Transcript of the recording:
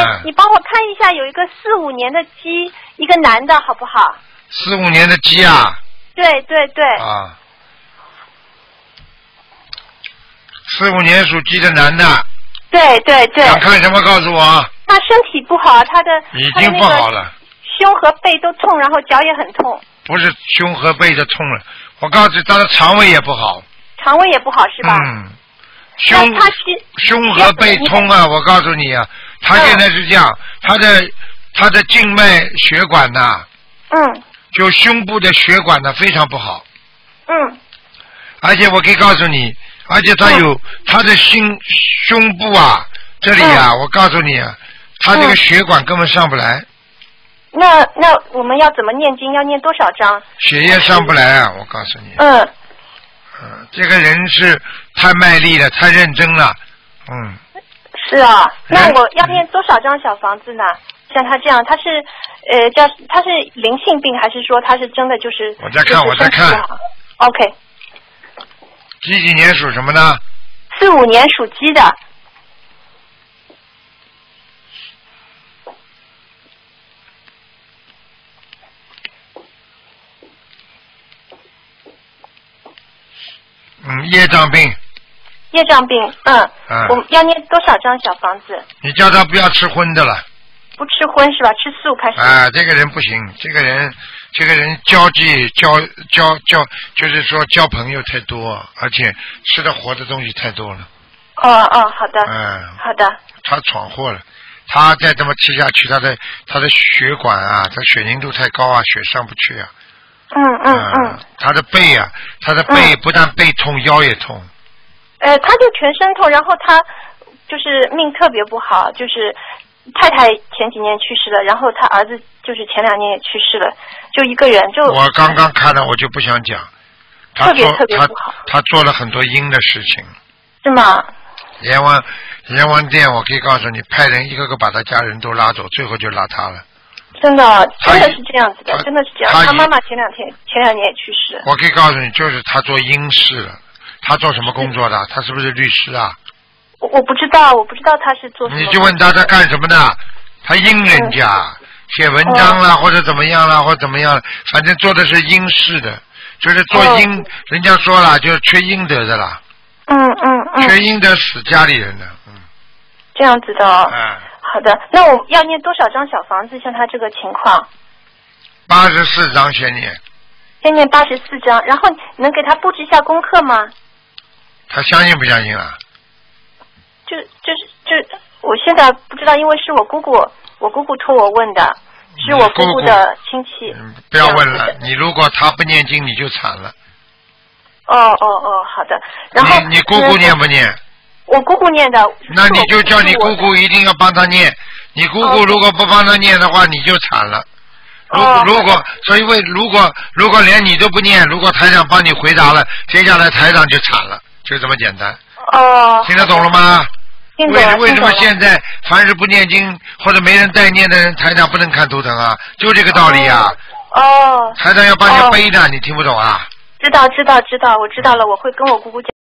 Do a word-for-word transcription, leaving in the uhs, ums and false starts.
嗯， 你帮我看一下，有一个四五年的鸡，一个男的，好不好？ 四五年的鸡啊。 对对对。 啊。四五年属鸡的男的。 对对对。 想看什么？告诉我。 他身体不好，他的已经不好了。 胸和背都痛，然后脚也很痛。 不是胸和背的痛了，我告诉你，他的肠胃也不好。 肠胃也不好是吧？ 嗯。胸他胸和背痛啊！我告诉你啊，他现在是这样，他的他的静脉血管呐， 嗯， 就胸部的血管呢非常不好。 嗯。 而且我可以告诉你，而且他有、嗯、他的心胸部啊，这里啊，嗯、我告诉你啊，他这个血管根本上不来。 那那我们要怎么念经？要念多少章？ 血液上不来啊！我告诉你。 嗯。 嗯，这个人是太卖力了，太认真了。嗯。 是啊，那我要念多少张小房子呢？像他这样，他是呃叫他是灵性病，还是说他是真的就是？ 我在看，我在看。 OK。 几几年属什么呢？ 四五年属鸡的。 嗯，业障病。 业障病，嗯。 嗯。 我要念多少张小房子？ 你叫他不要吃荤的了。 不吃荤是吧？吃素开始。 啊，这个人不行，这个人，这个人交际交交交，就是说交朋友太多，而且吃的活的东西太多了。 哦哦，好的。 嗯。 好的。 他闯祸了，他再这么吃下去，他的他的血管啊，他血凝度太高啊，血上不去啊。 嗯嗯嗯。 他的背啊，他的背不但背痛，腰也痛。 呃，他就全身痛，然后他就是命特别不好，就是太太前几年去世了，然后他儿子就是前两年也去世了，就一个人就。 我刚刚看了，我就不想讲。 特别特别不好。 他他做了很多阴的事情。 是吗？ 阎王阎王殿，我可以告诉你，派人一个个把他家人都拉走，最后就拉他了。 真的，真的是这样子的，真的是这样。 他他妈妈前两天前两年也去世。 我可以告诉你，就是他做阴事了。他做什么工作的？他是不是律师啊？ 我我不知道，我不知道他是做什么。 你就问他在干什么呢？他阴人家，嗯、写文章啦、哦，或者怎么样啦，或者怎么样，反正做的是阴事的，就是做阴。哦、人家说了，就是缺阴德的啦。 嗯嗯嗯。 缺阴德死家里人的，嗯。 这样子的哦。 嗯。 好的，那我要念多少张小房子？像他这个情况。 八十四张先念。 先念八十四张，然后能给他布置一下功课吗？ 他相信不相信啊？ 就就是就，我现在不知道，因为是我姑姑，我姑姑托我问的，是我姑姑的亲戚。 嗯、不要问了，你如果他不念经，你就惨了。 哦哦哦，好的。然后你你姑姑念不念？ 我姑姑念的。 那你就叫你姑姑一定要帮他念，你姑姑如果不帮他念的话，你就惨了。如果、哦、如果，所以为如果如果连你都不念，如果台长帮你回答了，接下来台长就惨了，就这么简单。 哦。 听得懂了吗？ 听懂了。为为什么现在凡是不念经或者没人代念的人，台长不能看图腾啊？就这个道理啊。 哦。 台长要帮你背的、哦，你听不懂啊？ 知道知道知道，我知道了，我会跟我姑姑讲。